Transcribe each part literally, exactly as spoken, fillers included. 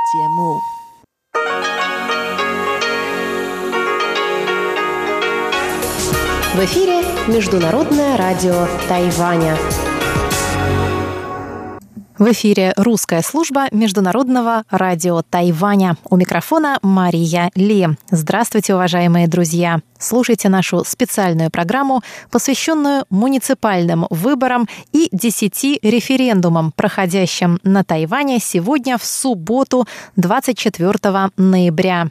节目。 В эфире Международное радио Тайваня. В эфире русская служба Международного радио Тайваня. У микрофона Мария Ли. Здравствуйте, уважаемые друзья! Слушайте нашу специальную программу, посвященную муниципальным выборам и десяти референдумам, проходящим на Тайване сегодня в субботу, двадцать четвёртого ноября.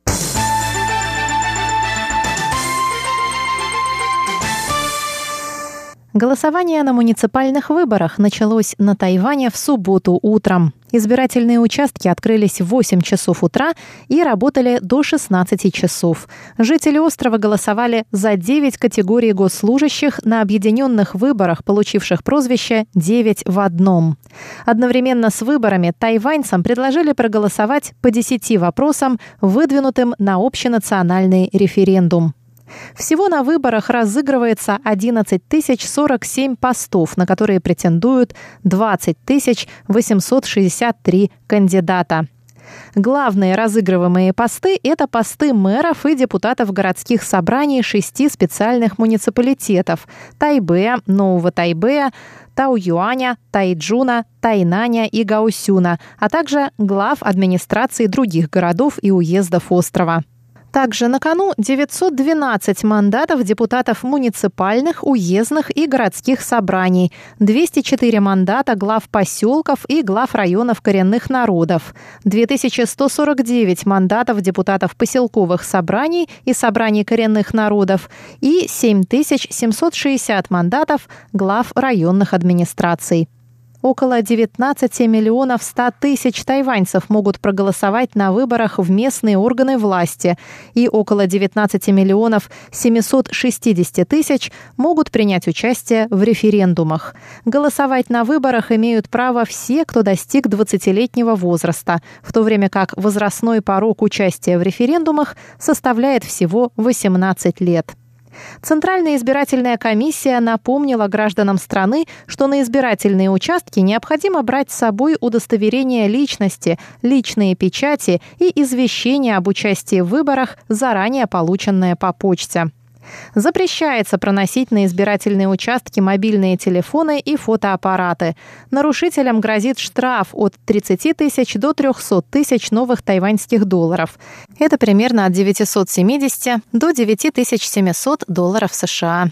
Голосование на муниципальных выборах началось на Тайване в субботу утром. Избирательные участки открылись в восемь часов утра и работали до шестнадцати часов. Жители острова голосовали за девять категорий госслужащих на объединенных выборах, получивших прозвище «девять в одном». Одновременно с выборами тайваньцам предложили проголосовать по десяти вопросам, выдвинутым на общенациональный референдум. Всего на выборах разыгрывается одиннадцать тысяч сорок семь постов, на которые претендуют двадцать тысяч восемьсот шестьдесят три кандидата. Главные разыгрываемые посты – это посты мэров и депутатов городских собраний шести специальных муниципалитетов – Тайбэя, Нового Тайбэя, Таоюаня, Тайчжуна, Тайнаня и Гаосюна, а также глав администрации других городов и уездов острова. Также на кону девятьсот двенадцать мандатов депутатов муниципальных, уездных и городских собраний, двести четыре мандата глав поселков и глав районов коренных народов, две тысячи сто сорок девять мандатов депутатов поселковых собраний и собраний коренных народов и семь тысяч семьсот шестьдесят мандатов глав районных администраций. Около девятнадцать миллионов сто тысяч тайваньцев могут проголосовать на выборах в местные органы власти, и около девятнадцать миллионов семьсот шестьдесят тысяч могут принять участие в референдумах. Голосовать на выборах имеют право все, кто достиг двадцатилетнего возраста, в то время как возрастной порог участия в референдумах составляет всего восемнадцать лет. Центральная избирательная комиссия напомнила гражданам страны, что на избирательные участки необходимо брать с собой удостоверение личности, личные печати и извещение об участии в выборах, заранее полученное по почте. Запрещается проносить на избирательные участки мобильные телефоны и фотоаппараты. Нарушителям грозит штраф от тридцати тысяч до трехсот тысяч новых тайваньских долларов. Это примерно от девятисот семидесяти до девяти тысяч семисот долларов США.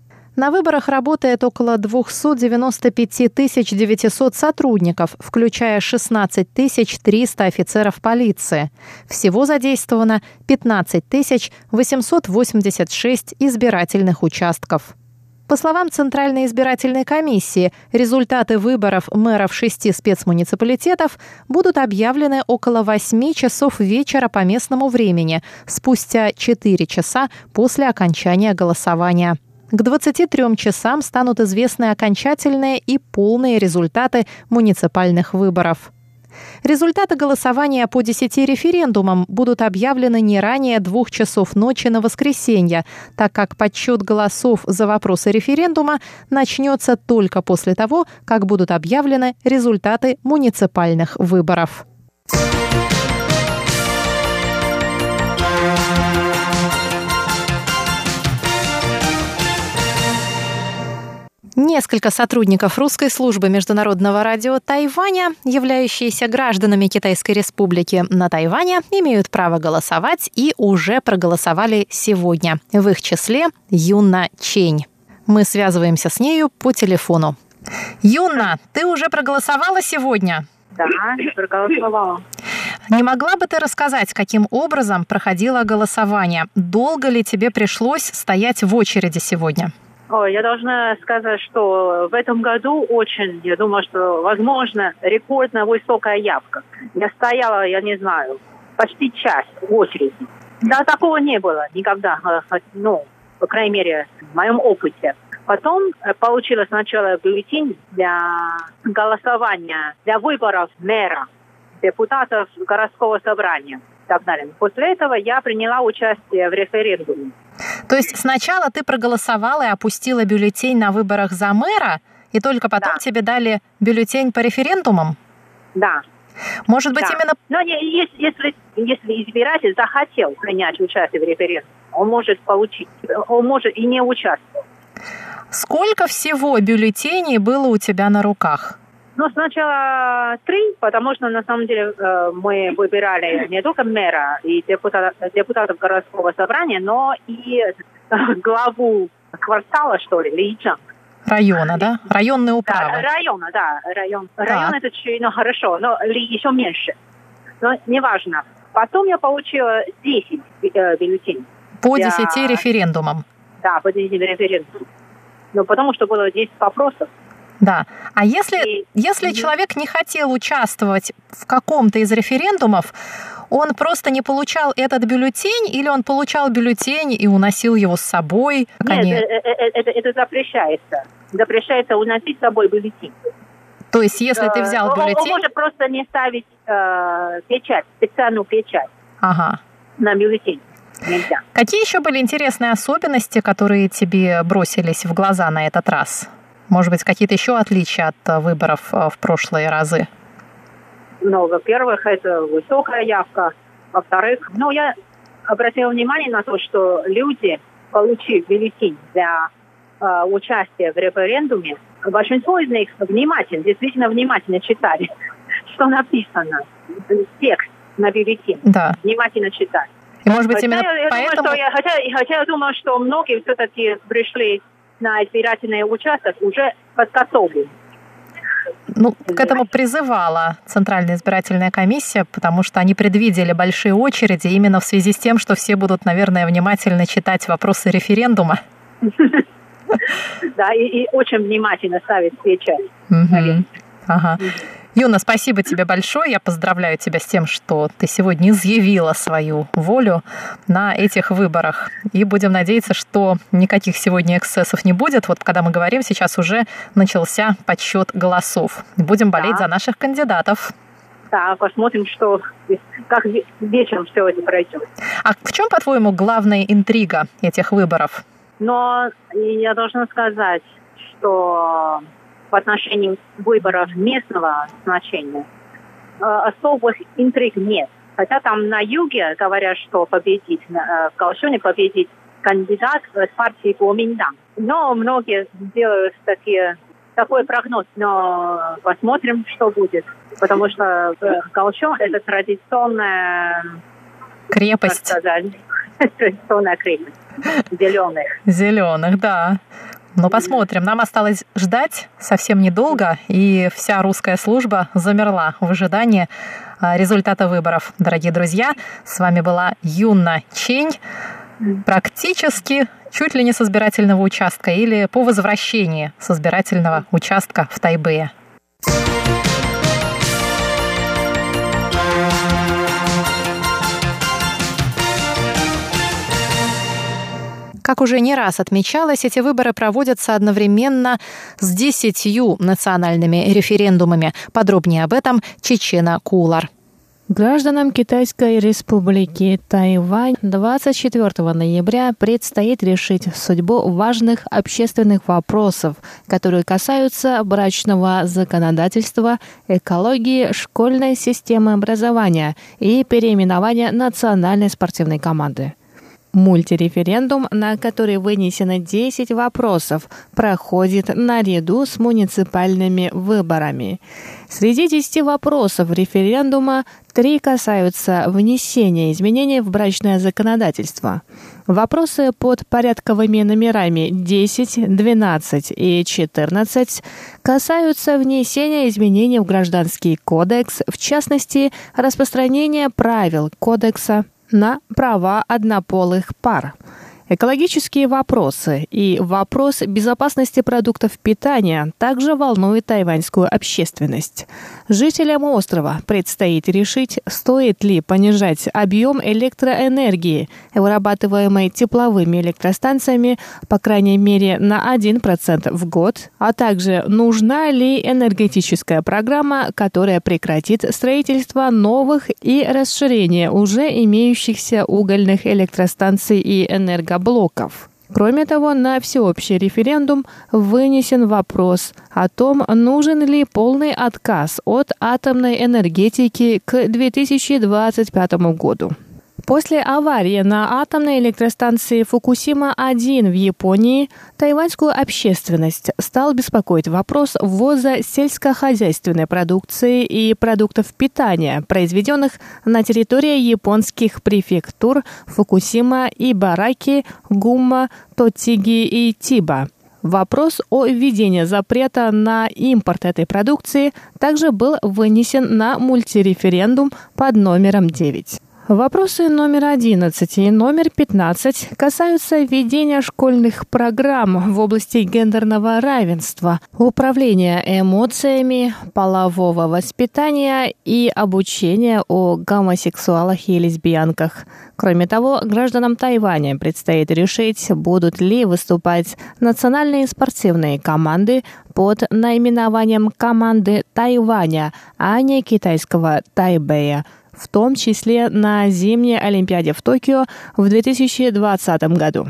На выборах работает около двухсот девяноста пяти тысяч девятисот сотрудников, включая шестнадцать тысяч триста офицеров полиции. Всего задействовано пятнадцать тысяч восемьсот восемьдесят шесть избирательных участков. По словам Центральной избирательной комиссии, результаты выборов мэров шести спецмуниципалитетов будут объявлены около восьми часов вечера по местному времени, спустя четыре часа после окончания голосования. К двадцати трём часам станут известны окончательные и полные результаты муниципальных выборов. Результаты голосования по десяти референдумам будут объявлены не ранее двух часов ночи на воскресенье, так как подсчет голосов за вопросы референдума начнется только после того, как будут объявлены результаты муниципальных выборов. Несколько сотрудников русской службы Международного радио Тайваня, являющиеся гражданами Китайской Республики на Тайване, имеют право голосовать и уже проголосовали сегодня. В их числе Юнна Чень. Мы связываемся с нею по телефону. Юнна, ты уже проголосовала сегодня? Да, проголосовала. Не могла бы ты рассказать, каким образом проходило голосование? Долго ли тебе пришлось стоять в очереди сегодня? Ой, я должна сказать, что в этом году очень, я думаю, что, возможно, рекордно высокая явка. Я стояла, я не знаю, почти час в очереди. Да, такого не было никогда, ну, по крайней мере, в моем опыте. Потом получила сначала бюллетень для голосования, для выборов мэра, депутатов городского собрания и так далее. После этого я приняла участие в референдуме. То есть сначала ты проголосовала и опустила бюллетень на выборах за мэра, и только потом да. тебе дали бюллетень по референдумам? Да. Может быть, да. именно... Но если, если, если избиратель захотел принять участие в референдуме, он может получить, он может и не участвовать. Сколько всего бюллетеней было у тебя на руках? Ну, сначала три, потому что, на самом деле, мы выбирали не только мэра и депутатов, депутатов городского собрания, но и главу квартала, что ли, Личан. Района, да? Районная управа. Да, района, да. Район, да. Район это чуть, ну, хорошо, но ли еще меньше. Но неважно. Потом я получила десять э, бюллетеней. По я... десяти референдумам? Да, по десяти референдумам. Ну, потому что было десять вопросов. Да. А если, и... если mm-hmm. человек не хотел участвовать в каком-то из референдумов, он просто не получал этот бюллетень, или он получал бюллетень и уносил его с собой? Нет, они... это, это, это запрещается. Запрещается уносить с собой бюллетень. То есть, если ты взял бюллетень... Он может просто не ставить э, печать, специальную печать ага. на бюллетень. Нельзя. Какие еще были интересные особенности, которые тебе бросились в глаза на этот раз? Может быть, какие-то еще отличия от выборов в прошлые разы? Ну, во-первых, это высокая явка. Во-вторых, ну, я обратила внимание на то, что люди, получив бюллетень для э, участия в референдуме, большинство из них внимательно, действительно внимательно читали, что написано, текст на бюллетене. Да. Внимательно читали. И, может быть, хотя именно я, я поэтому... Думаю, что я, хотя, хотя я думаю, что многие все-таки пришли на избирательный участок уже подготовлены. Ну, к этому призывала Центральная избирательная комиссия, потому что они предвидели большие очереди именно в связи с тем, что все будут, наверное, внимательно читать вопросы референдума. Да, и очень внимательно ставить печать. Ага. Юна, спасибо тебе большое. Я поздравляю тебя с тем, что ты сегодня изъявила свою волю на этих выборах. И будем надеяться, что никаких сегодня эксцессов не будет. Вот когда мы говорим, сейчас уже начался подсчет голосов. Будем болеть да. за наших кандидатов. Да, посмотрим, что, как вечером все это пройдет. А в чем, по-твоему, главная интрига этих выборов? Но я должна сказать, что в отношении выборов местного значения особых интриг нет. Хотя там на юге говорят, что победит, в Гаосюне победит кандидат с партии Куоминтан. Но многие делают такие, такой прогноз, но посмотрим, что будет. Потому что Гаосюн – это традиционная крепость. Традиционная крепость зеленых. Зеленых, да. Но посмотрим. Нам осталось ждать совсем недолго, и вся русская служба замерла в ожидании результата выборов. Дорогие друзья, с вами была Юна Чень. Практически чуть ли не с избирательного участка или по возвращении с избирательного участка в Тайбэе. Как уже не раз отмечалось, эти выборы проводятся одновременно с десятью национальными референдумами. Подробнее об этом Чечена Кулар. Гражданам Китайской республики Тайвань двадцать четвёртого ноября предстоит решить судьбу важных общественных вопросов, которые касаются брачного законодательства, экологии, школьной системы образования и переименования национальной спортивной команды. Мультиреферендум, на который вынесено десять вопросов, проходит наряду с муниципальными выборами. Среди десяти вопросов референдума три касаются внесения изменений в брачное законодательство. Вопросы под порядковыми номерами десять, двенадцать и четырнадцать касаются внесения изменений в Гражданский кодекс, в частности, распространения правил кодекса на права однополых пар. Экологические вопросы и вопрос безопасности продуктов питания также волнуют тайваньскую общественность. Жителям острова предстоит решить, стоит ли понижать объем электроэнергии, вырабатываемой тепловыми электростанциями, по крайней мере, на один процент в год, а также нужна ли энергетическая программа, которая прекратит строительство новых и расширение уже имеющихся угольных электростанций и энергоблоков. Кроме того, на всеобщий референдум вынесен вопрос о том, нужен ли полный отказ от атомной энергетики к две тысячи двадцать пятому году. После аварии на атомной электростанции Фукусима-один в Японии тайваньскую общественность стал беспокоить вопрос ввоза сельскохозяйственной продукции и продуктов питания, произведенных на территории японских префектур Фукусима, Ибараки, Гумма, Тотиги и Тиба. Вопрос о введении запрета на импорт этой продукции также был вынесен на мультиреферендум под номером девять. Вопросы номер одиннадцать и номер пятнадцать касаются введения школьных программ в области гендерного равенства, управления эмоциями, полового воспитания и обучения о гомосексуалах и лесбиянках. Кроме того, гражданам Тайваня предстоит решить, будут ли выступать национальные спортивные команды под наименованием команды Тайваня, а не китайского Тайбэя, в том числе на зимней Олимпиаде в Токио в две тысячи двадцатом году.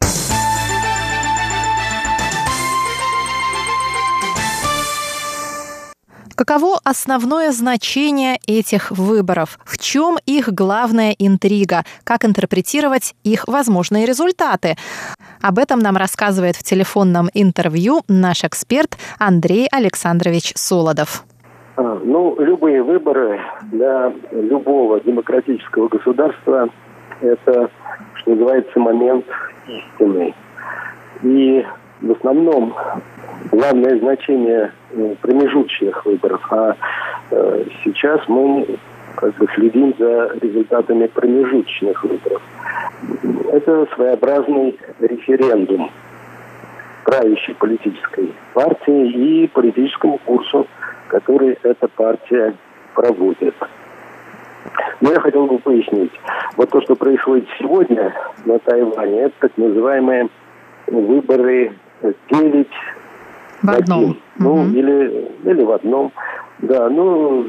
Каково основное значение этих выборов? В чем их главная интрига? Как интерпретировать их возможные результаты? Об этом нам рассказывает в телефонном интервью наш эксперт Андрей Александрович Солодов. Ну, любые выборы для любого демократического государства – это, что называется, момент истины. И в основном главное значение промежуточных выборов, а э, сейчас мы как бы следим за результатами промежуточных выборов. Это своеобразный референдум правящей политической партии и политическому курсу, который эта партия проводит. Но я хотел бы пояснить. Вот то, что происходит сегодня на Тайване, это так называемые выборы девять в одном. Ну, угу. или, или в одном. Да, ну,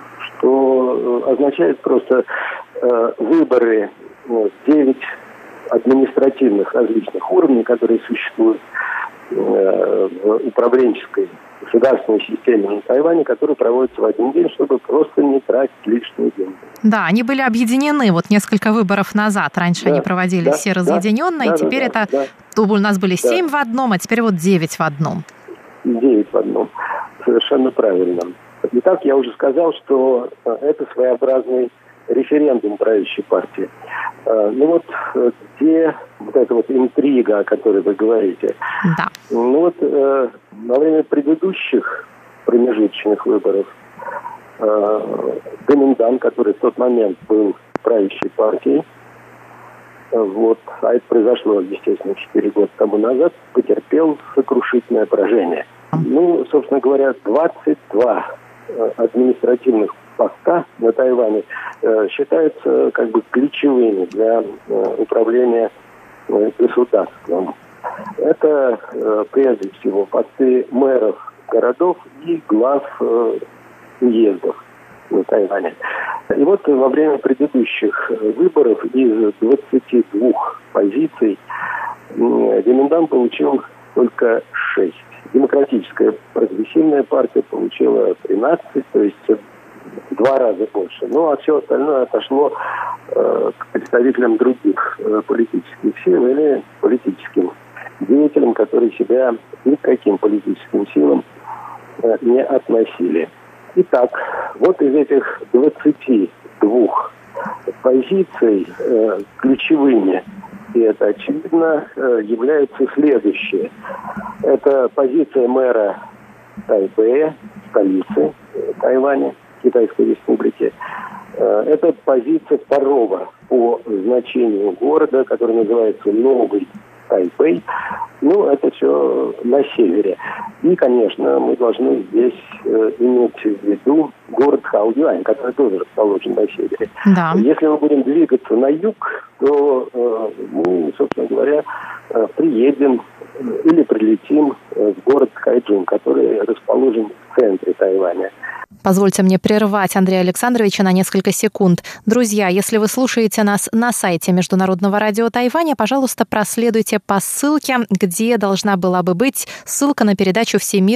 что означает просто э, выборы ну, девять административных различных уровней, которые существуют э, в управленческой государственной системе на Тайване, которые проводятся в один день, чтобы просто не тратить лишние деньги. Да, они были объединены вот несколько выборов назад. Раньше да, они проводились да, все разъединенно, да, и теперь да, это... Да, у нас были семь да. в одном, а теперь вот девять в одном. девять в одном. Совершенно правильно. Итак, я уже сказал, что это своеобразный референдум правящей партии. Ну вот где вот эта вот интрига, о которой вы говорите. Да. Ну вот э, во время предыдущих промежуточных выборов э, Гоминдан, который в тот момент был правящей партией, э, вот, а это произошло, естественно, четыре года тому назад, потерпел сокрушительное поражение. Ну, собственно говоря, двадцать два э, административных поста на Тайване э, считаются как бы ключевыми для э, управления э, государством. Это э, прежде всего посты мэров городов и глав э, уездов на Тайване. И вот во время предыдущих выборов из двадцати двух позиций э, Гоминдан получил только шесть. Демократическая прогрессивная партия получила тринадцать, то есть в два раза больше. Ну, а все остальное отошло э, к представителям других э, политических сил или политическим деятелям, которые себя ни к каким политическим силам э, не относили. Итак, вот из этих двадцати двух позиций э, ключевыми, и это очевидно, э, являются следующие. Это позиция мэра Тайбэя, столицы э, Тайваня, Китайской Республики. Это позиция второго по значению города, который называется Новый Тайбэй. Ну, это все на севере. И, конечно, мы должны здесь э, иметь в виду город Хаоюань, который тоже расположен на севере. Да. Если мы будем двигаться на юг, то э, мы, собственно говоря, э, приедем или прилетим в город Хайчжун, который расположен в центре Тайваня. Позвольте мне прервать Андрея Александровича на несколько секунд. Друзья, если вы слушаете нас на сайте Международного радио Тайваня, пожалуйста, проследуйте по ссылке, где должна была бы быть ссылка на передачу «Всемирный